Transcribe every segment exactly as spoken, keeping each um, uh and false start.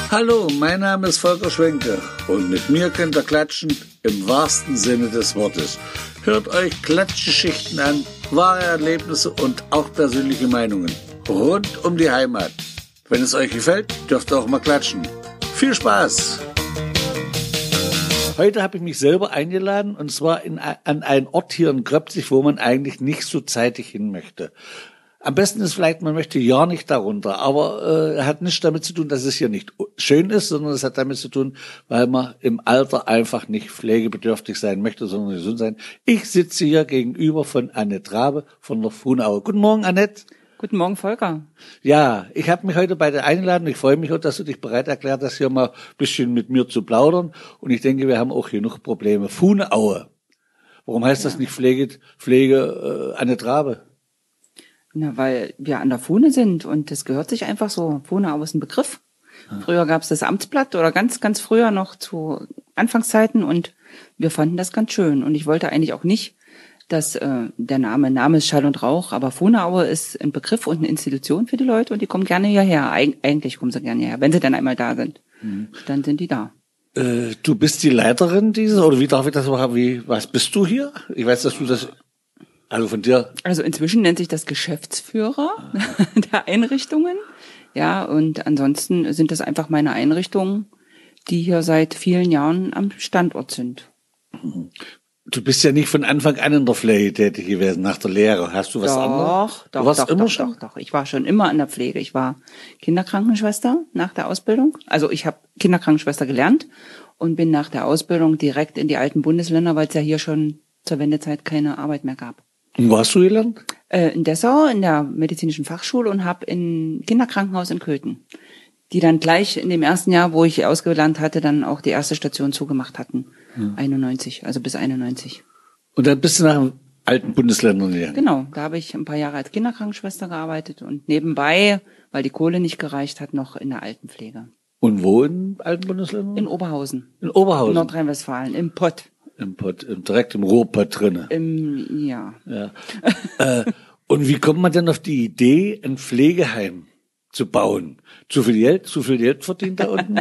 Hallo, mein Name ist Volker Schwenke und mit mir könnt ihr klatschen im wahrsten Sinne des Wortes. Hört euch Klatschgeschichten an, wahre Erlebnisse und auch persönliche Meinungen rund um die Heimat. Wenn es euch gefällt, dürft ihr auch mal klatschen. Viel Spaß! Heute habe ich mich selber eingeladen und zwar in, an einen Ort hier in Kröpzig, wo man eigentlich nicht so zeitig hin möchte. Am besten ist vielleicht, man möchte ja nicht darunter, aber äh, hat nichts damit zu tun, dass es hier nicht schön ist, sondern es hat damit zu tun, weil man im Alter einfach nicht pflegebedürftig sein möchte, sondern gesund sein. Ich sitze hier gegenüber von Annette Rabe von der Fuhnaue. Guten Morgen, Annette. Guten Morgen, Volker. Ja, ich habe mich heute bei dir eingeladen. Ich freue mich auch, dass du dich bereit erklärt hast, hier mal ein bisschen mit mir zu plaudern. Und ich denke, wir haben auch genug Probleme. Fuhnaue. Warum heißt ja. das nicht Pflege, Pflege äh, Annette Rabe? Na, weil wir an der Fuhne sind und das gehört sich einfach so. Fuhnaue ist ein Begriff. Ja. Früher gab es das Amtsblatt oder ganz, ganz früher noch zu Anfangszeiten und wir fanden das ganz schön. Und ich wollte eigentlich auch nicht, dass äh, der Name, Name ist Schall und Rauch, aber Fuhnaue ist ein Begriff und eine Institution für die Leute und die kommen gerne hierher. Eig- eigentlich kommen sie gerne hierher, wenn sie dann einmal da sind. Mhm. Dann sind die da. Äh, du bist die Leiterin dieses, oder wie darf ich das machen? Wie, was bist du hier? Ich weiß, dass du das, also von dir. Also inzwischen nennt sich das Geschäftsführer ah. der Einrichtungen. Ja, und ansonsten sind das einfach meine Einrichtungen, die hier seit vielen Jahren am Standort sind. Mhm. Du bist ja nicht von Anfang an in der Pflege tätig gewesen, nach der Lehre. Hast du was doch, anderes? Doch, du warst doch, immer doch, schon? doch, doch. Ich war schon immer in der Pflege. Ich war Kinderkrankenschwester nach der Ausbildung. Also ich habe Kinderkrankenschwester gelernt und bin nach der Ausbildung direkt in die alten Bundesländer, weil es ja hier schon zur Wendezeit keine Arbeit mehr gab. Und wo hast du gelernt? Äh, in Dessau, in der medizinischen Fachschule und habe in Kinderkrankenhaus in Köthen, die dann gleich in dem ersten Jahr, wo ich ausgelernt hatte, dann auch die erste Station zugemacht hatten. Hm. einundneunzig, also bis einundneunzig. Und dann bist du nach den alten Bundesländern gegangen? Genau, da habe ich ein paar Jahre als Kinderkrankenschwester gearbeitet und nebenbei, weil die Kohle nicht gereicht hat, noch in der Altenpflege. Und wo in alten Bundesländern? In Oberhausen. In Oberhausen? In Nordrhein-Westfalen, im Pott. Im Pott, im, direkt im Ruhrpott drinne. Im, ja. ja. äh, und wie kommt man denn auf die Idee, ein Pflegeheim zu bauen? Zu viel Geld, zu viel Geld verdient da unten?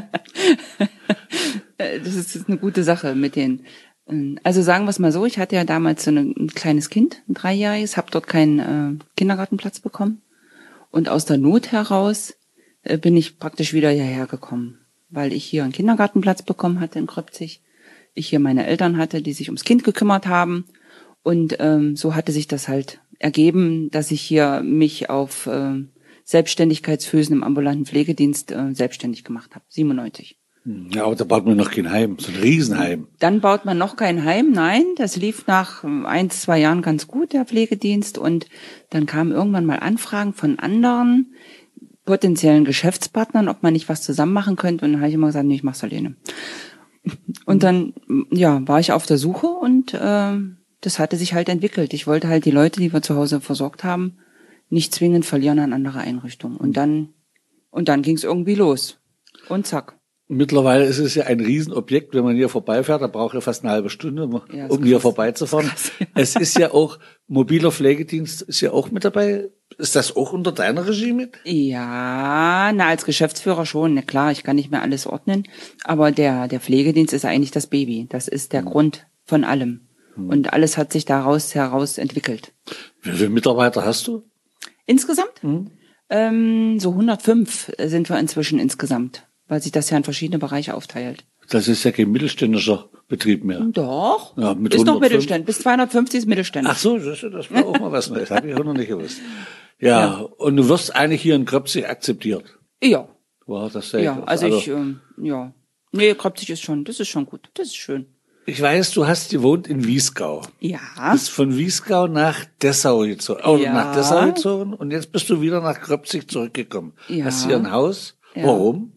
Das ist, das ist eine gute Sache mit den, also sagen wir es mal so, ich hatte ja damals so ein, ein kleines Kind, ein Dreijähriges, habe dort keinen äh, Kindergartenplatz bekommen und aus der Not heraus äh, bin ich praktisch wieder hierher gekommen, weil ich hier einen Kindergartenplatz bekommen hatte in Kröpzig, ich hier meine Eltern hatte, die sich ums Kind gekümmert haben und ähm, so hatte sich das halt ergeben, dass ich hier mich auf äh, Selbstständigkeitsfüßen im ambulanten Pflegedienst äh, selbstständig gemacht habe, siebenundneunzig. Ja, aber da baut man noch kein Heim, so ein Riesenheim. Dann baut man noch kein Heim, nein, das lief nach ein, zwei Jahren ganz gut, der Pflegedienst, und dann kamen irgendwann mal Anfragen von anderen potenziellen Geschäftspartnern, ob man nicht was zusammen machen könnte, und dann habe ich immer gesagt, nee, ich mach's alleine. Und dann, ja, war ich auf der Suche und äh, das hatte sich halt entwickelt. Ich wollte halt die Leute, die wir zu Hause versorgt haben, nicht zwingend verlieren an andere Einrichtungen. Und dann, und dann ging's irgendwie los. Und zack. Mittlerweile ist es ja ein Riesenobjekt, wenn man hier vorbeifährt, da braucht er fast eine halbe Stunde, um ja, hier krass. vorbeizufahren. Krass, ja. Es ist ja auch, mobiler Pflegedienst ist ja auch mit dabei. Ist das auch unter deiner Regie mit? Ja, na, als Geschäftsführer schon, na klar, ich kann nicht mehr alles ordnen, aber der, der Pflegedienst ist eigentlich das Baby. Das ist der hm. Grund von allem. Hm. Und alles hat sich daraus heraus entwickelt. Wie viele Mitarbeiter hast du? Insgesamt? Hm. Ähm, so hundertfünf sind wir inzwischen insgesamt, weil sich das ja in verschiedene Bereiche aufteilt. Das ist ja kein mittelständischer Betrieb mehr. Doch, ja, mit ist noch hundertfünf Mittelstand, bis zweihundertfünfzig ist Mittelstand. Ach so, das, das war auch mal was Neues, habe ich auch noch nicht gewusst. Ja, ja, und du wirst eigentlich hier in Kröpzig akzeptiert. Ja. Wow, das sehr Ja, also, also ich, ähm, ja. Nee, Kröpzig ist schon, das ist schon gut, das ist schön. Ich weiß, du hast gewohnt in Wiesgau. Ja. Bist von Wiesgau nach Dessau gezogen, oh, ja. nach Dessau gezogen und jetzt bist du wieder nach Kröpzig zurückgekommen. Ja. Hast hier ein Haus. Ja. Warum?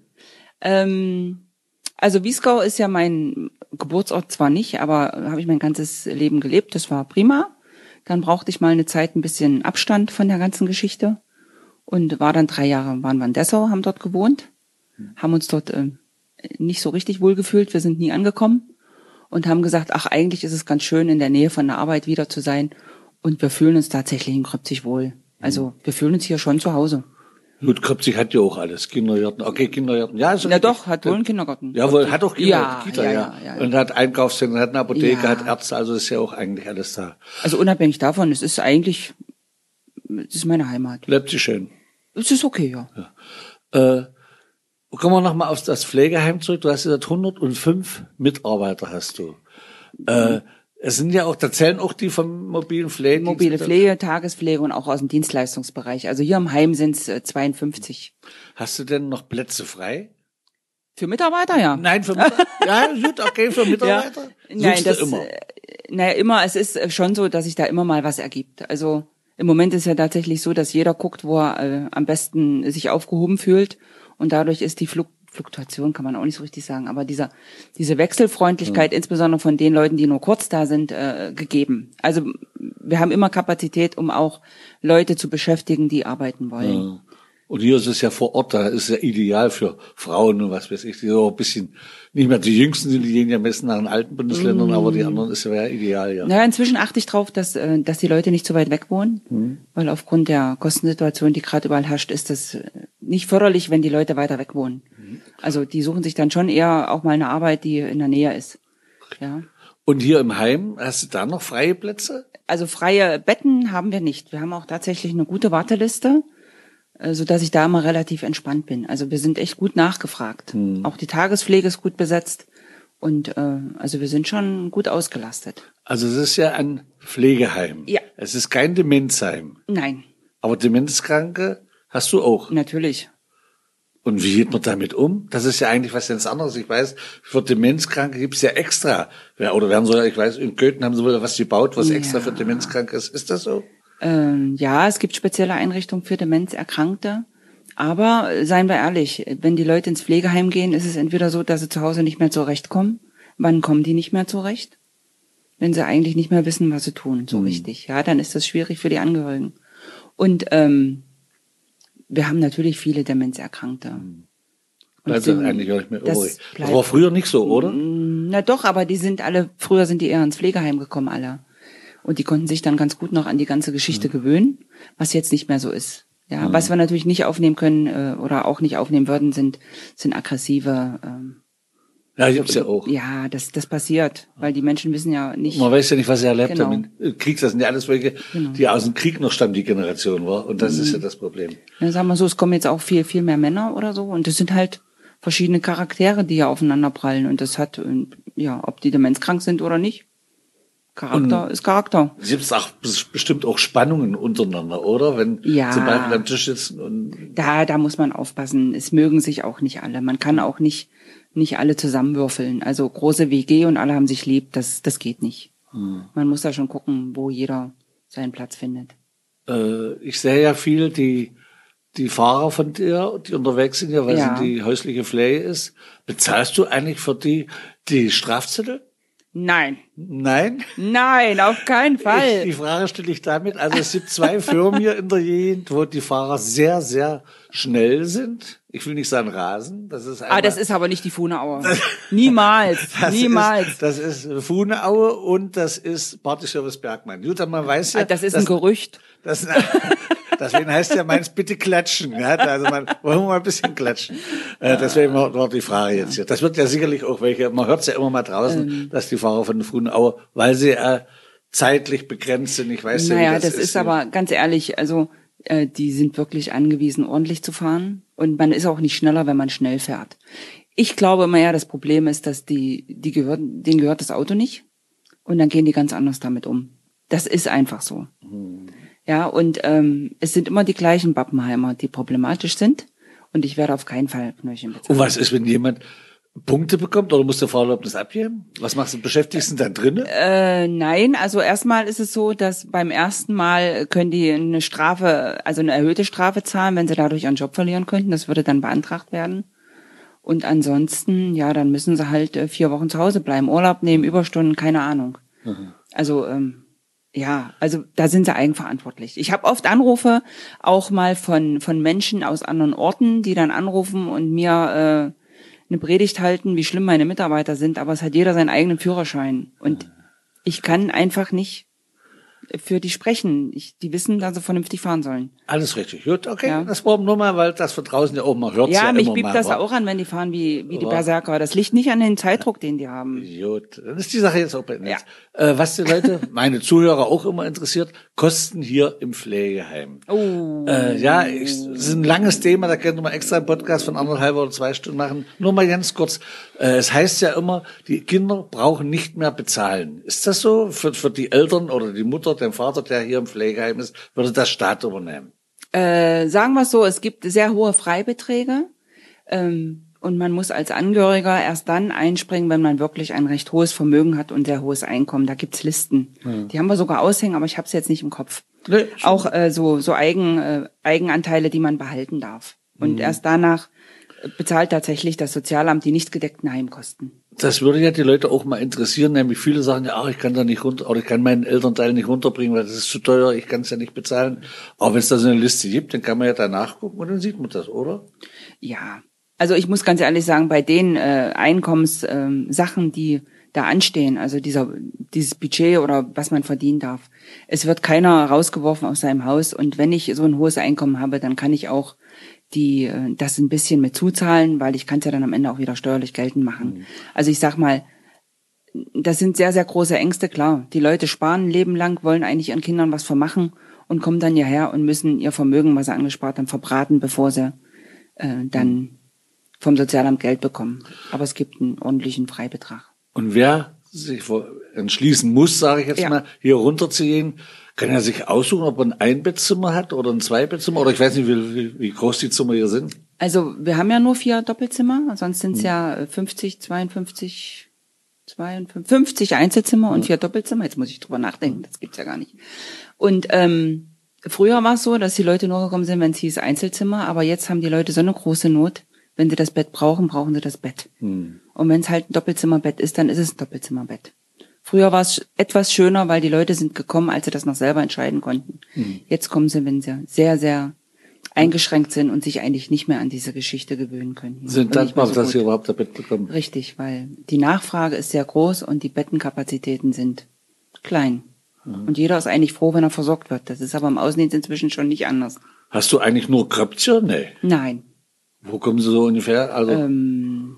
Ähm, also Wiesgau ist ja mein Geburtsort zwar nicht, aber habe ich mein ganzes Leben gelebt. Das war prima. Dann brauchte ich mal eine Zeit ein bisschen Abstand von der ganzen Geschichte und war dann drei Jahre, waren wir in Dessau, haben dort gewohnt, hm. haben uns dort äh, nicht so richtig wohlgefühlt. Wir sind nie angekommen. Und haben gesagt, ach, eigentlich ist es ganz schön, in der Nähe von der Arbeit wieder zu sein. Und wir fühlen uns tatsächlich in Kröpzig wohl. Also wir fühlen uns hier schon zu Hause. Gut, Kröpzig hat ja auch alles. Kindergärten, okay, Kindergärten. Ja, ist Na doch, hat wohl einen Kindergarten. Ja, wohl, hat auch Kinder, ja, Kita, ja, ja. ja, ja. Und hat Einkaufszentren, hat eine Apotheke, Ja. hat Ärzte, also ist ja auch eigentlich alles da. Also unabhängig davon, es ist eigentlich, es ist meine Heimat. Leipzig schön. Es ist okay, ja. Äh, kommen wir nochmal auf das Pflegeheim zurück. Du hast gesagt, hundertfünf Mitarbeiter hast du. Äh, es sind ja auch, da zählen auch die vom mobilen Pflege. Mobile Pflege, Tagespflege und auch aus dem Dienstleistungsbereich. Also hier im Heim sind es äh, zweiundfünfzig. Hast du denn noch Plätze frei? Für Mitarbeiter, ja. Nein, für Mitarbeiter. Ja, gut, okay, für Mitarbeiter. Ja. Nein, Suchst das, du immer. äh, naja, immer, es ist äh, schon so, dass sich da immer mal was ergibt. Also im Moment ist ja tatsächlich so, dass jeder guckt, wo er äh, am besten sich aufgehoben fühlt. Und dadurch ist die Fluk Fluktuation, kann man auch nicht so richtig sagen, aber dieser, diese Wechselfreundlichkeit, ja. insbesondere von den Leuten, die nur kurz da sind, äh, gegeben. Also wir haben immer Kapazität, um auch Leute zu beschäftigen, die arbeiten wollen. Ja. Und hier ist es ja vor Ort, da ist es ja ideal für Frauen und was weiß ich, die so ein bisschen, nicht mehr die Jüngsten sind, die gehen ja meistens nach den alten Bundesländern, mm. aber die anderen ist ja ideal, ja. Naja, inzwischen achte ich drauf, dass, äh, dass die Leute nicht so weit weg wohnen, mm. weil aufgrund der Kostensituation, die gerade überall herrscht, ist das nicht förderlich, wenn die Leute weiter weg wohnen. Mm. Also die suchen sich dann schon eher auch mal eine Arbeit, die in der Nähe ist. Ja. Und hier im Heim, hast du da noch freie Plätze? Also freie Betten haben wir nicht. Wir haben auch tatsächlich eine gute Warteliste, so dass ich da immer relativ entspannt bin. Also wir sind echt gut nachgefragt. Hm. Auch die Tagespflege ist gut besetzt und äh, also wir sind schon gut ausgelastet. Also es ist ja ein Pflegeheim. Ja. Es ist kein Demenzheim. Nein. Aber Demenzkranke hast du auch. Natürlich. Und wie geht man damit um? Das ist ja eigentlich was ganz anderes. Ich weiß, für Demenzkranke gibt's ja extra. Oder werden so, ich weiß, in Köthen haben sie wohl was gebaut, was ja. extra für Demenzkranke ist. Ist das so? Ähm, ja, es gibt spezielle Einrichtungen für Demenzerkrankte. Aber seien wir ehrlich, wenn die Leute ins Pflegeheim gehen, ist es entweder so, dass sie zu Hause nicht mehr zurechtkommen. Wann kommen die nicht mehr zurecht? Wenn sie eigentlich nicht mehr wissen, was sie tun, so mhm. richtig. Ja, dann ist das schwierig für die Angehörigen. Und ähm, wir haben natürlich viele Demenzerkrankte. Mhm. Bleibt dann eigentlich auch nicht mehr übrig. Das war früher nicht so, oder? Na doch, aber die sind alle, früher sind die eher ins Pflegeheim gekommen, alle. Und die konnten sich dann ganz gut noch an die ganze Geschichte ja. gewöhnen, was jetzt nicht mehr so ist. Ja, ja. Was wir natürlich nicht aufnehmen können äh, oder auch nicht aufnehmen würden, sind sind aggressive. Ähm, ja, gibt's ja auch. Ja, das das passiert, weil die Menschen wissen ja nicht. Man weiß ja nicht, was sie erlebt genau. haben. Krieg, das sind ja alles welche, genau. die aus dem Krieg noch stammen, die Generation war. Und das mhm. ist ja das Problem. Dann sagen wir so, es kommen jetzt auch viel viel mehr Männer oder so, und das sind halt verschiedene Charaktere, die ja aufeinander prallen. Und das hat ja, ob die demenzkrank sind oder nicht. Charakter und ist Charakter. Gibt es auch bestimmt auch Spannungen untereinander, oder? Wenn ja, zum Beispiel am Tisch sitzen und da, da muss man aufpassen. Es mögen sich auch nicht alle. Man kann auch nicht nicht alle zusammenwürfeln. Also große W G und alle haben sich lieb. Das das geht nicht. Hm. Man muss da schon gucken, wo jeder seinen Platz findet. Äh, ich sehe ja viel die die Fahrer von dir, die unterwegs sind, ja, weil ja. sie die häusliche Pflege ist. Bezahlst du eigentlich für die die Strafzettel? Nein. Nein? Nein, auf keinen Fall. Ich, die Frage stelle ich damit, also es gibt zwei Firmen hier in der Gegend, wo die Fahrer sehr, sehr schnell sind. Ich will nicht sagen rasen. Das ist einmal, ah, das ist aber nicht die Fuhneaue. Niemals, das niemals. Ist, das ist Fuhneaue und das ist Partyservice Bergmann. Gut, man weiß ja. Das ist ein Gerücht. Das, deswegen heißt ja meins bitte klatschen. Ja? Also man, wollen wir mal ein bisschen klatschen. Äh, deswegen war die Frage jetzt hier. Das wird ja sicherlich auch welche, man hört es ja immer mal draußen, ähm. dass die Fahrer von der Fuhnenaue, weil sie äh, zeitlich begrenzt sind, ich weiß naja, ja nicht, das, das ist. Naja, das ist aber ganz ehrlich, also äh, die sind wirklich angewiesen, ordentlich zu fahren. Und man ist auch nicht schneller, wenn man schnell fährt. Ich glaube immer ja, das Problem ist, dass die, die gehört, denen gehört das Auto nicht. Und dann gehen die ganz anders damit um. Das ist einfach so. Hm. Ja, und ähm, es sind immer die gleichen Pappenheimer, die problematisch sind. Und ich werde auf keinen Fall Knöllchen bezahlen. Und was ist, wenn jemand Punkte bekommt oder muss der Fahrerlaubnis abgeben? Was machst du? Beschäftigst du dann drinnen? Äh, nein, also erstmal ist es so, dass beim ersten Mal können die eine Strafe, also eine erhöhte Strafe zahlen, wenn sie dadurch ihren Job verlieren könnten. Das würde dann beantragt werden. Und ansonsten, ja, dann müssen sie halt äh, vier Wochen zu Hause bleiben, Urlaub nehmen, Überstunden, keine Ahnung. Mhm. Also ähm, ja, also da sind sie eigenverantwortlich. Ich habe oft Anrufe auch mal von von Menschen aus anderen Orten, die dann anrufen und mir äh, eine Predigt halten, wie schlimm meine Mitarbeiter sind, aber es hat jeder seinen eigenen Führerschein und ich kann einfach nicht für die sprechen. Ich, die wissen, dass sie vernünftig fahren sollen. Alles richtig. Gut, okay. Ja. Das war nur mal, weil das von draußen ja auch mal hört. Ja, ja mich immer biebt mal, das wa? auch an, wenn die fahren wie, wie die Wa? Berserker. Das liegt nicht an den Zeitdruck, den die haben. Gut, dann ist die Sache jetzt auch beendet. Ja. Äh, was die Leute, meine Zuhörer auch immer interessiert, Kosten hier im Pflegeheim. Oh. Äh, ja, ich, das ist ein langes Thema, da könnte man extra einen Podcast von anderthalb oder zwei Stunden machen. Nur mal ganz kurz. Äh, es heißt ja immer, die Kinder brauchen nicht mehr bezahlen. Ist das so? Für, für die Eltern oder die Mutter, den Vater, der hier im Pflegeheim ist, würde das Staat übernehmen? Äh, sagen wir es so, es gibt sehr hohe Freibeträge. Ähm, und man muss als Angehöriger erst dann einspringen, wenn man wirklich ein recht hohes Vermögen hat und sehr hohes Einkommen. Da gibt's Listen. Hm. Die haben wir sogar aushängen, aber ich habe es jetzt nicht im Kopf. Nee, auch äh, so so Eigen, äh, Eigenanteile, die man behalten darf. Und hm. erst danach bezahlt tatsächlich das Sozialamt die nicht gedeckten Heimkosten. Das würde ja die Leute auch mal interessieren, nämlich viele sagen ja, ach, ich kann da nicht runter, oder ich kann meinen Elternteil nicht runterbringen, weil das ist zu teuer, ich kann es ja nicht bezahlen. Aber wenn es da so eine Liste gibt, dann kann man ja da nachgucken und dann sieht man das, oder? Ja, also ich muss ganz ehrlich sagen, bei den äh, Einkommenssachen, äh, Sachen, die da anstehen, also dieser dieses Budget oder was man verdienen darf, es wird keiner rausgeworfen aus seinem Haus. Und wenn ich so ein hohes Einkommen habe, dann kann ich auch die das ein bisschen mit zuzahlen, weil ich kann es ja dann am Ende auch wieder steuerlich geltend machen. Mhm. Also ich sag mal, das sind sehr, sehr große Ängste, klar. Die Leute sparen ein Leben lang, wollen eigentlich ihren Kindern was vermachen und kommen dann hierher und müssen ihr Vermögen, was sie angespart haben, verbraten, bevor sie äh, dann vom Sozialamt Geld bekommen. Aber es gibt einen ordentlichen Freibetrag. Und wer sich entschließen muss, sage ich jetzt ja. mal, hier runterzugehen, kann er sich aussuchen, ob er ein Einbettzimmer hat oder ein Zweibettzimmer, oder ich weiß nicht, wie, wie groß die Zimmer hier sind. Also wir haben ja nur vier Doppelzimmer, sonst sind es hm. ja fünfzig, zweiundfünfzig, zweiundfünfzig, fünfzig Einzelzimmer hm. und vier Doppelzimmer. Jetzt muss ich drüber nachdenken, das gibt's ja gar nicht. Und ähm, früher war es so, dass die Leute nur gekommen sind, wenn es hieß Einzelzimmer, aber jetzt haben die Leute so eine große Not. Wenn sie das Bett brauchen, brauchen sie das Bett. Hm. Und wenn es halt ein Doppelzimmerbett ist, dann ist es ein Doppelzimmerbett. Früher war es etwas schöner, weil die Leute sind gekommen, als sie das noch selber entscheiden konnten. Hm. Jetzt kommen sie, wenn sie sehr, sehr eingeschränkt sind und sich eigentlich nicht mehr an diese Geschichte gewöhnen können. Sind dankbar, so dass sie überhaupt ein Bett bekommen. Richtig, weil die Nachfrage ist sehr groß und die Bettenkapazitäten sind klein. Hm. Und jeder ist eigentlich froh, wenn er versorgt wird. Das ist aber im Außendienst inzwischen schon nicht anders. Hast du eigentlich nur Kröpfchen? Nee. Nein. Wo kommen sie so ungefähr? Also ähm,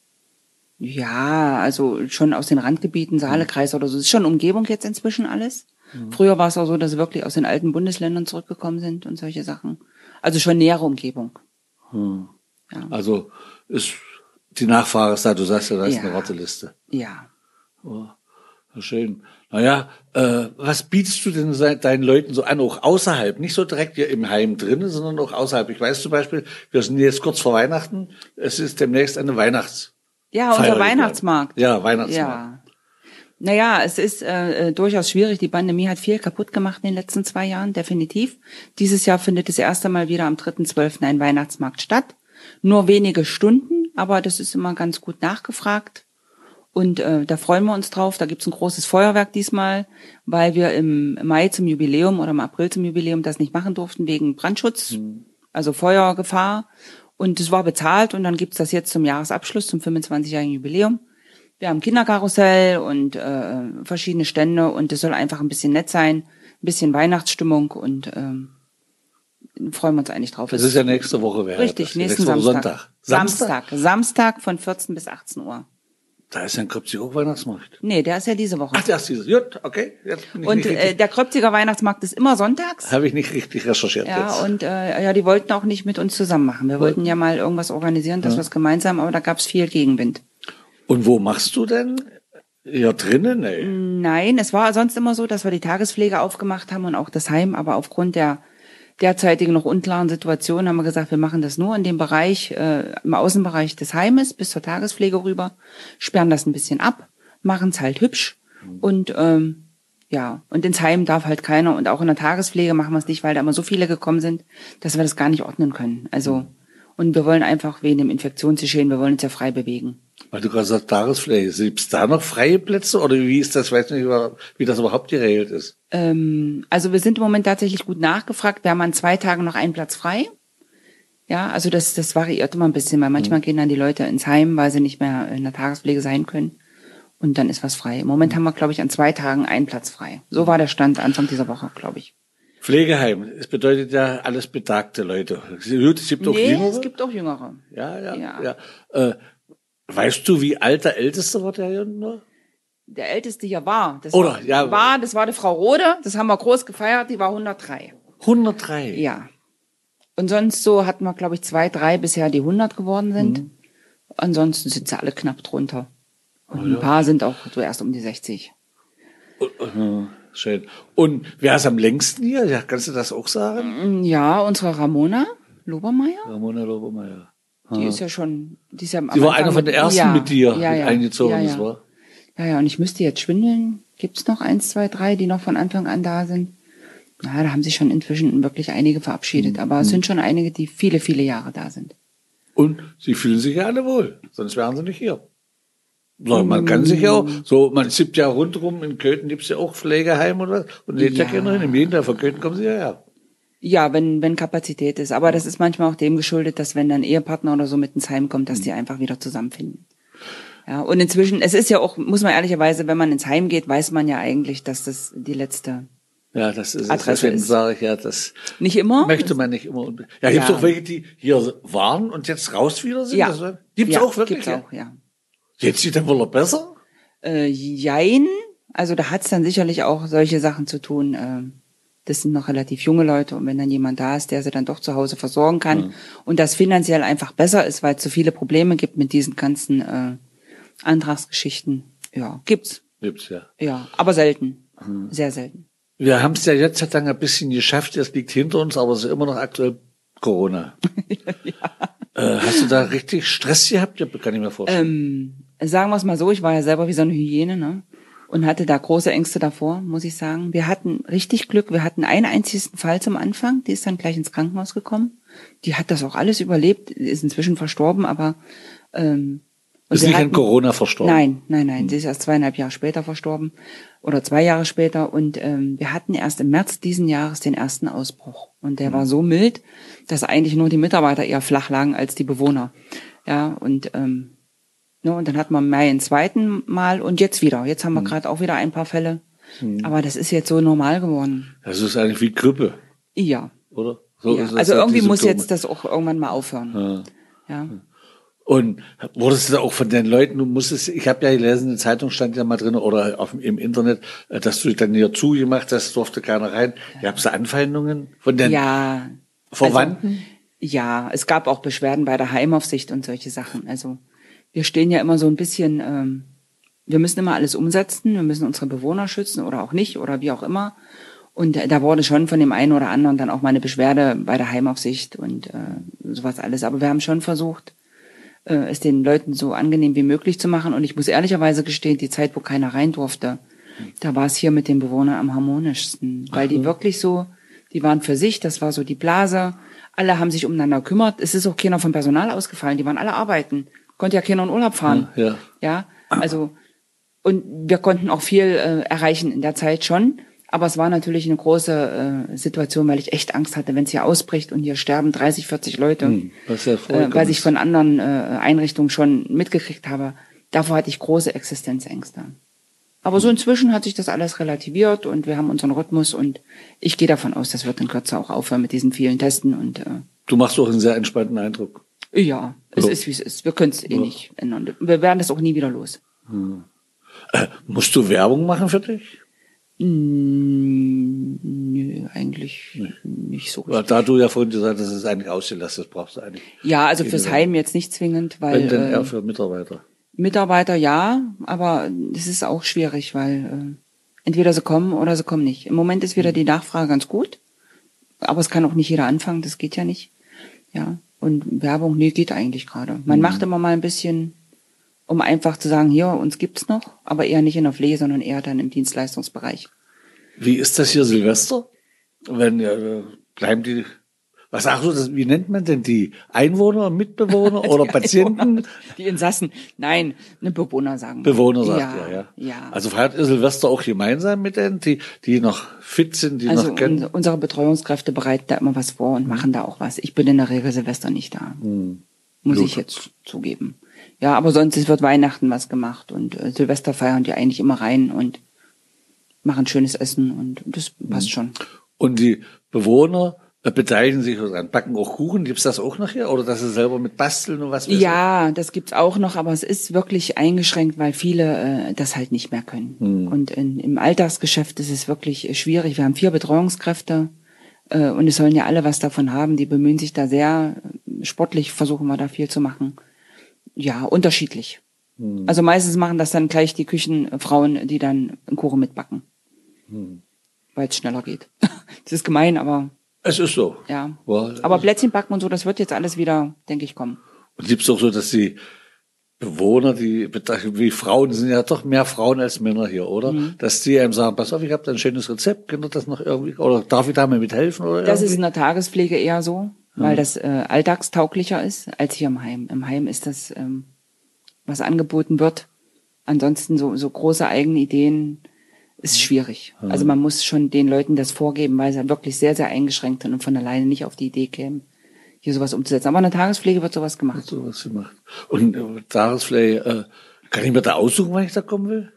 ja, also schon aus den Randgebieten, Saalekreis oder so. Das ist schon Umgebung jetzt inzwischen alles. Mhm. Früher war es auch so, dass sie wirklich aus den alten Bundesländern zurückgekommen sind und solche Sachen. Also schon nähere Umgebung. Hm. Ja. Also ist die Nachfrage ist da, du sagst ja, da ist ja eine Warteliste. Ja. Oh, schön. Naja, äh, was bietest du denn deinen Leuten so an, auch außerhalb, nicht so direkt hier im Heim drinnen, sondern auch außerhalb? Ich weiß zum Beispiel, wir sind jetzt kurz vor Weihnachten, es ist demnächst eine Weihnachts- Ja, unser Feier Weihnachtsmarkt. Ja, Weihnachtsmarkt. Ja. Naja, es ist äh, durchaus schwierig. Die Pandemie hat viel kaputt gemacht in den letzten zwei Jahren, definitiv. Dieses Jahr findet das erste Mal wieder am dritten zwölften ein Weihnachtsmarkt statt. Nur wenige Stunden, aber das ist immer ganz gut nachgefragt. Und äh, da freuen wir uns drauf. Da gibt's ein großes Feuerwerk diesmal, weil wir im Mai zum Jubiläum oder im April zum Jubiläum das nicht machen durften wegen Brandschutz, mhm. also Feuergefahr. Und es war bezahlt und dann gibt's das jetzt zum Jahresabschluss, zum fünfundzwanzigjährigen Jubiläum. Wir haben Kinderkarussell und äh, verschiedene Stände und es soll einfach ein bisschen nett sein, ein bisschen Weihnachtsstimmung und äh, freuen wir uns eigentlich drauf. Das ist ja nächste Woche. Wäre Richtig, das. nächsten nächste Samstag. Samstag. Samstag. Samstag von vierzehn bis achtzehn Uhr. Da ist ja ein Kröpziger auch Weihnachtsmarkt. Nee, der ist ja diese Woche. Ach, der ist diese. Gut, okay. Jetzt bin ich und nicht äh, der Kröpziger Weihnachtsmarkt ist immer sonntags. Habe ich nicht richtig recherchiert ja, jetzt. Und äh, ja, die wollten auch nicht mit uns zusammen machen. Wir wollten ja mal irgendwas organisieren, dass ja. wir es gemeinsam, aber da gab's viel Gegenwind. Und wo machst du denn? Ja, drinnen? Nee. Nein, es war sonst immer so, dass wir die Tagespflege aufgemacht haben und auch das Heim, aber aufgrund der derzeitigen noch unklaren Situation haben wir gesagt, wir machen das nur in dem Bereich, äh, im Außenbereich des Heimes bis zur Tagespflege rüber, sperren das ein bisschen ab, machen es halt hübsch mhm. und ähm, ja, und ins Heim darf halt keiner und auch in der Tagespflege machen wir es nicht, weil da immer so viele gekommen sind, dass wir das gar nicht ordnen können. Also, und wir wollen einfach wegen dem Infektionsgeschehen, wir wollen uns ja frei bewegen. Weil du gerade sagst, Tagespflege, gibt es da noch freie Plätze oder wie ist das, ich weiß nicht, wie das überhaupt geregelt ist? Ähm, also wir sind im Moment tatsächlich gut nachgefragt, wir haben an zwei Tagen noch einen Platz frei. Ja, also das, das variiert immer ein bisschen, weil manchmal mhm. gehen dann die Leute ins Heim, weil sie nicht mehr in der Tagespflege sein können. Und dann ist was frei. Im Moment haben wir, glaube ich, an zwei Tagen einen Platz frei. So war der Stand Anfang dieser Woche, glaube ich. Pflegeheim, es bedeutet ja alles betagte Leute. Es gibt auch nee, Jüngere. es gibt auch Jüngere. Ja, ja, ja. Ja. ja. Äh, weißt du, wie alt der Älteste war, der hier nur? Der Älteste hier war. Das Oder, war, ja. war, das war die Frau Rode. Das haben wir groß gefeiert. Die war hundertdrei. hundertdrei? Ja. Und sonst so hatten wir, glaube ich, zwei, drei bisher, die hundert geworden sind. Mhm. Ansonsten sind sie alle knapp drunter. Und oh, ein ja. paar sind auch so erst um die sechzig. Schön. Und wer ist am längsten hier? Ja, kannst du das auch sagen? Ja, unsere Ramona Lobermeier. Ramona Lobermeier. Die ist ja schon, die ist ja am Die war einer von den ersten ja, mit dir ja, ja, eingezogen, ja, ja. das war. Ja, ja, und ich müsste jetzt schwindeln. Gibt's noch eins, zwei, drei, die noch von Anfang an da sind? Na, da haben sich schon inzwischen wirklich einige verabschiedet. Mhm. Aber es sind schon einige, die viele, viele Jahre da sind. Und sie fühlen sich ja alle wohl, sonst wären sie nicht hier. So, man kann sich ja auch, so, man sieht ja rundherum, in Köthen gibt's ja auch Pflegeheim und was, und lädt ja keiner hin. Im Gegenteil, von Köthen kommen sie ja her. Ja, wenn, wenn Kapazität ist. Aber das ist manchmal auch dem geschuldet, dass wenn dann Ehepartner oder so mit ins Heim kommt, dass die einfach wieder zusammenfinden. Ja, und inzwischen, es ist ja auch, muss man ehrlicherweise, wenn man ins Heim geht, weiß man ja eigentlich, dass das die letzte Ja, das ist es. Adresse Deswegen ist. sage ich ja, das nicht immer möchte man nicht immer. Ja, gibt's Ja. auch welche, die hier waren und jetzt raus wieder sind? Ja. Das war- gibt's ja, auch wirklich? Gibt's auch, ja. Jetzt sieht er wohl noch besser? Äh, jein. Also da hat's dann sicherlich auch solche Sachen zu tun. Äh, das sind noch relativ junge Leute und wenn dann jemand da ist, der sie dann doch zu Hause versorgen kann Ja. und das finanziell einfach besser ist, weil es so viele Probleme gibt mit diesen ganzen äh, Antragsgeschichten. Ja, gibt's. Gibt's, ja. Ja, aber selten. Sehr selten. Wir haben es ja jetzt halt dann ein bisschen geschafft, das liegt hinter uns, aber es ist immer noch aktuell Corona. ja. äh, hast du da richtig Stress gehabt? Ja, kann ich mir vorstellen. Ähm, sagen wir es mal so, ich war ja selber wie so eine Hyäne, ne? Und hatte da große Ängste davor, muss ich sagen. Wir hatten richtig Glück. Wir hatten einen einzigen Fall zum Anfang. Die ist dann gleich ins Krankenhaus gekommen. Die hat das auch alles überlebt, ist inzwischen verstorben, aber ähm, und ist wir nicht hatten, an Corona verstorben? Nein, nein, nein. Hm. Sie ist erst zweieinhalb Jahre später verstorben oder zwei Jahre später. Und ähm, wir hatten erst im März diesen Jahres den ersten Ausbruch. Und der hm. war so mild, dass eigentlich nur die Mitarbeiter eher flach lagen als die Bewohner. Ja, und ähm, ja, und dann hatten wir im Mai ein zweiten Mal und jetzt wieder. Jetzt haben wir hm. gerade auch wieder ein paar Fälle. Hm. Aber das ist jetzt so normal geworden. Das ist eigentlich wie Grippe. Ja. Oder? So ja. ist das Also halt irgendwie die muss Symptome. jetzt das auch irgendwann mal aufhören. Ja. ja. Und wurdest du auch von den Leuten, du musstest, ich habe ja gelesen, in der Zeitung stand ja mal drin oder auf, im Internet, dass du dich dann hier zugemacht hast, durfte keiner rein. Ja. Gab es da Anfeindungen von den ja. Verwandten? Also, ja, es gab auch Beschwerden bei der Heimaufsicht und solche Sachen. Also wir stehen ja immer so ein bisschen, ähm, wir müssen immer alles umsetzen, wir müssen unsere Bewohner schützen oder auch nicht oder wie auch immer. Und da wurde schon von dem einen oder anderen dann auch mal eine Beschwerde bei der Heimaufsicht und äh, sowas alles. Aber wir haben schon versucht, äh, es den Leuten so angenehm wie möglich zu machen. Und ich muss ehrlicherweise gestehen, die Zeit, wo keiner rein durfte, da war es hier mit den Bewohnern am harmonischsten. Weil die wirklich so, die waren für sich, das war so die Blase. Alle haben sich umeinander gekümmert. Es ist auch keiner vom Personal ausgefallen. Die waren alle arbeiten. Konnte ja keiner in Urlaub fahren. Ja. Ja, also, und wir konnten auch viel äh, erreichen in der Zeit schon. Aber es war natürlich eine große äh, Situation, weil ich echt Angst hatte, wenn es hier ausbricht und hier sterben dreißig, vierzig Leute, hm, was ja äh, weil ich von anderen äh, Einrichtungen schon mitgekriegt habe. Davor hatte ich große Existenzängste. Aber so inzwischen hat sich das alles relativiert und wir haben unseren Rhythmus und ich gehe davon aus, das wird in Kürze auch aufhören mit diesen vielen Testen. Und äh, du machst auch einen sehr entspannten Eindruck. Ja, es so. ist, wie es ist. Wir können es eh ja. nicht ändern. Wir werden das auch nie wieder los. Hm. Äh, musst du Werbung machen für dich? Nö, eigentlich nee. nicht so. Ja, da du ja vorhin gesagt hast, das ist eigentlich ausgelassen, das brauchst du eigentlich. Ja, also fürs Heim jetzt nicht zwingend, weil. Wenn denn äh, eher für Mitarbeiter? Mitarbeiter ja, aber es ist auch schwierig, weil äh, entweder sie kommen oder sie kommen nicht. Im Moment ist wieder die Nachfrage ganz gut, aber es kann auch nicht jeder anfangen, das geht ja nicht. Ja, und Werbung, nee, geht eigentlich gerade. Man mhm. macht immer mal ein bisschen, um einfach zu sagen, hier, uns gibt's noch, aber eher nicht in der Pflege, sondern eher dann im Dienstleistungsbereich. Wie ist das hier Silvester? Wenn ja, bleiben die, was sagst du, das, wie nennt man denn die? Einwohner, Mitbewohner oder Patienten? Einwohner, die Insassen. Nein, eine Bewohner sagen wir. Bewohner sagt ja, ja, ja. ja. Also feiert ihr Silvester auch gemeinsam mit denen, die, die noch fit sind, die also noch kennen? Un- unsere Betreuungskräfte bereiten da immer was vor und machen da auch was. Ich bin in der Regel Silvester nicht da. Hm. Muss Gut. ich jetzt zugeben. ja, aber sonst wird Weihnachten was gemacht und äh, Silvester feiern die eigentlich immer rein und machen schönes Essen und das passt schon. Und die Bewohner beteiligen sich daran, backen auch Kuchen. Gibt's das auch noch hier? Oder dass sie selber mit basteln und was? Ja, das gibt's auch noch, aber es ist wirklich eingeschränkt, weil viele äh, das halt nicht mehr können. Hm. Und in, im Alltagsgeschäft ist es wirklich äh, schwierig. Wir haben vier Betreuungskräfte äh, und es sollen ja alle was davon haben. Die bemühen sich da sehr sportlich, versuchen wir da viel zu machen. Ja, unterschiedlich. Hm. Also meistens machen das dann gleich die Küchenfrauen, die dann einen Kuchen mitbacken, hm. weil es schneller geht. Das ist gemein, aber es ist so. Ja. ja. Aber Plätzchen backen und so, das wird jetzt alles wieder, denke ich, kommen. Und gibt's auch so, dass die Bewohner, die wie Frauen, sind ja doch mehr Frauen als Männer hier, oder? Mhm. Dass die einem sagen, pass auf, ich habe da ein schönes Rezept, könnt ihr das noch irgendwie, oder darf ich da mal mithelfen? Oder das irgendwie? Ist in der Tagespflege eher so, weil mhm. das äh, alltagstauglicher ist als hier im Heim. Im Heim ist das, ähm, was angeboten wird. Ansonsten so, so große eigene Ideen ist schwierig. Mhm. Also man muss schon den Leuten das vorgeben, weil sie wirklich sehr, sehr eingeschränkt sind und von alleine nicht auf die Idee kämen, hier sowas umzusetzen. Aber in der Tagespflege wird sowas gemacht. Wird sowas gemacht. Und äh, Tagespflege, äh, kann ich mir da aussuchen, wann ich da kommen will?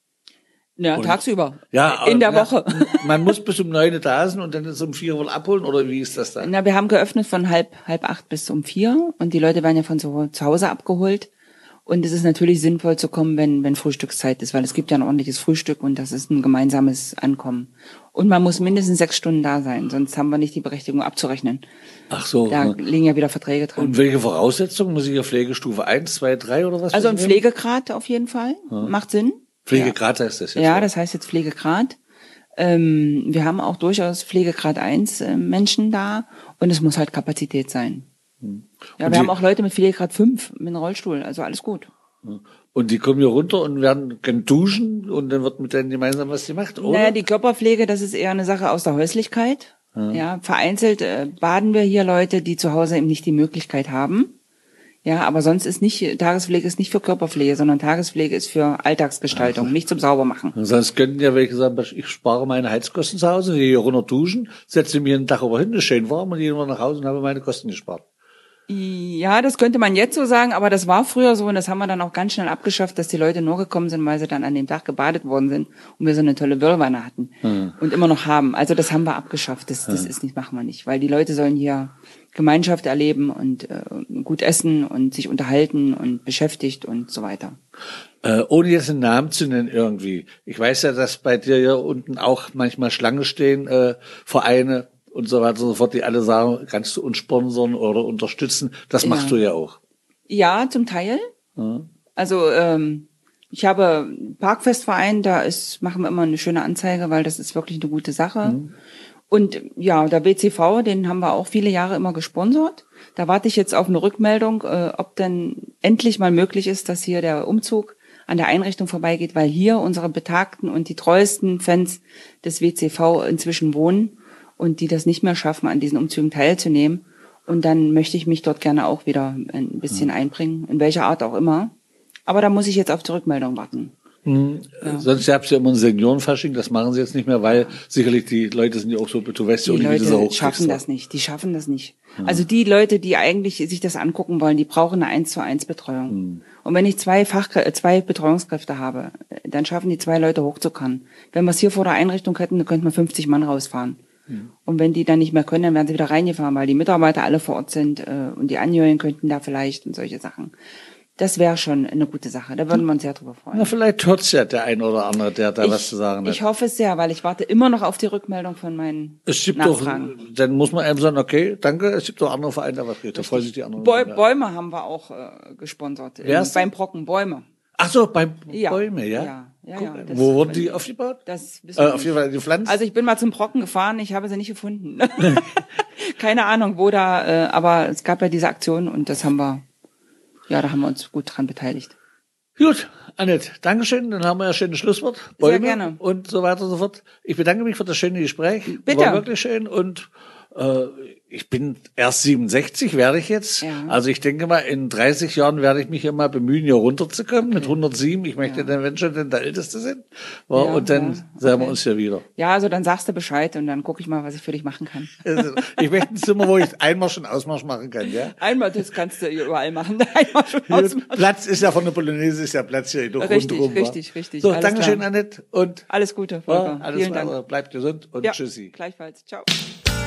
Ja, und, tagsüber. Ja, in der na, Woche. Man muss bis um neun da sein und dann ist um vier wohl abholen, oder wie ist das da? Na, wir haben geöffnet von halb, halb acht bis um vier und die Leute werden ja von zu, zu Hause abgeholt. Und es ist natürlich sinnvoll zu kommen, wenn, wenn Frühstückszeit ist, weil es gibt ja ein ordentliches Frühstück und das ist ein gemeinsames Ankommen. Und man muss mindestens sechs Stunden da sein, sonst haben wir nicht die Berechtigung abzurechnen. Ach so. Da ne? liegen ja wieder Verträge dran. Und welche Voraussetzungen? Muss ich ja Pflegestufe eins, zwei, drei oder was? Also ein Pflegegrad auf jeden Fall. Ja. Macht Sinn. Pflegegrad ja. heißt das jetzt? Ja, das heißt jetzt Pflegegrad. Ähm, wir haben auch durchaus Pflegegrad eins äh, Menschen da und es muss halt Kapazität sein. Hm. Ja, und wir haben auch Leute mit Pflegegrad fünf mit einem Rollstuhl, also alles gut. Und die kommen hier runter und werden können duschen und dann wird mit denen gemeinsam was gemacht, oder? Naja, die Körperpflege, das ist eher eine Sache aus der Häuslichkeit. Ja, ja vereinzelt äh, baden wir hier Leute, die zu Hause eben nicht die Möglichkeit haben. Ja, aber sonst ist nicht, Tagespflege ist nicht für Körperpflege, sondern Tagespflege ist für Alltagsgestaltung, also nicht zum Saubermachen. Sonst könnten ja welche sagen, ich spare meine Heizkosten zu Hause, gehe hier runter duschen, setze mir einen Tag über hin, ist schön warm und gehe immer nach Hause und habe meine Kosten gespart. Ja, das könnte man jetzt so sagen, aber das war früher so und das haben wir dann auch ganz schnell abgeschafft, dass die Leute nur gekommen sind, weil sie dann an dem Tag gebadet worden sind und wir so eine tolle Whirlwanne hatten mhm. und immer noch haben. Also das haben wir abgeschafft, das, das mhm. ist nicht, machen wir nicht, weil die Leute sollen hier Gemeinschaft erleben und äh, gut essen und sich unterhalten und beschäftigt und so weiter. Äh, ohne jetzt einen Namen zu nennen irgendwie. Ich weiß ja, dass bei dir hier unten auch manchmal Schlange stehen, äh, Vereine und so weiter und so fort, die alle sagen, kannst du uns sponsern oder unterstützen. Das machst ja. du ja auch. Ja, zum Teil. Ja. Also ähm, ich habe einen Parkfestverein, da ist machen wir immer eine schöne Anzeige, weil das ist wirklich eine gute Sache. Mhm. Und ja, der W C V, den haben wir auch viele Jahre immer gesponsert. Da warte ich jetzt auf eine Rückmeldung, äh, ob denn endlich mal möglich ist, dass hier der Umzug an der Einrichtung vorbeigeht, weil hier unsere Betagten und die treuesten Fans des W C V inzwischen wohnen und die das nicht mehr schaffen, an diesen Umzügen teilzunehmen. Und dann möchte ich mich dort gerne auch wieder ein bisschen ja. einbringen, in welcher Art auch immer. Aber da muss ich jetzt auf die Rückmeldung warten. Hm. Ja. Sonst gab es ja immer ein Seniorenfasching, das machen sie jetzt nicht mehr, weil sicherlich die Leute sind ja auch so, du weißt ja auch nicht, wie diese Leute schaffen das nicht, die schaffen das nicht. Ja. Also die Leute, die eigentlich sich das angucken wollen, die brauchen eine eins zu eins Betreuung. Hm. Und wenn ich zwei Fachkrä- zwei Betreuungskräfte habe, dann schaffen die zwei Leute hochzukarren. Wenn wir es hier vor der Einrichtung hätten, dann könnten wir fünfzig Mann rausfahren. Hm. Und wenn die dann nicht mehr können, dann werden sie wieder reingefahren, weil die Mitarbeiter alle vor Ort sind äh, und die Angehörigen könnten da vielleicht und solche Sachen. Das wäre schon eine gute Sache. Da würden wir uns sehr drüber freuen. Na, vielleicht hört's ja der ein oder andere, der da ich, was zu sagen hat. Ich hoffe es sehr, weil ich warte immer noch auf die Rückmeldung von meinen es gibt Nachfragen. Doch, dann muss man einem sagen, okay, danke, es gibt doch andere Vereine, da was geht. Da freuen sich die anderen. Bäu- Bäume haben wir auch äh, gesponsert. Wer ist beim Brocken, Bäume. Ach so, beim ja. Bäume, ja? Ja, ja, Guck, ja. Das, wo wurden die aufgebaut? Das äh, auf jeden Fall gepflanzt? Also ich bin mal zum Brocken gefahren, ich habe sie nicht gefunden. Keine Ahnung, wo da, äh, aber es gab ja diese Aktion und das haben wir, ja, da haben wir uns gut dran beteiligt. Gut, Annette, Dankeschön, dann haben wir ja ein schönes Schlusswort. Bäume Sehr gerne. Und so weiter und so fort. Ich bedanke mich für das schöne Gespräch. Bitte. War wirklich schön und Äh, ich bin erst siebenundsechzig, werde ich jetzt. Ja. Also ich denke mal, in dreißig Jahren werde ich mich immer bemühen, hier runterzukommen. Okay. Mit hundertsieben. Ich möchte ja. dann, wenn schon, denn der Älteste sind. Ja, und dann ja. sehen okay. wir uns ja wieder. Ja, also dann sagst du Bescheid und dann gucke ich mal, was ich für dich machen kann. Also, ich möchte ein Zimmer, wo ich einmal schon Ausmarsch machen kann, ja? Einmal, das kannst du überall machen. Einmal schon Ausmarsch. Platz ist ja von der Polonaise, ist ja Platz hier doch Richtig, rundherum. richtig, richtig. So, Alles Dankeschön, klar. Annette. Und alles Gute, Volker. ja, alles Vielen Dank. Dank. Bleibt gesund und ja, tschüssi. Gleichfalls. Ciao.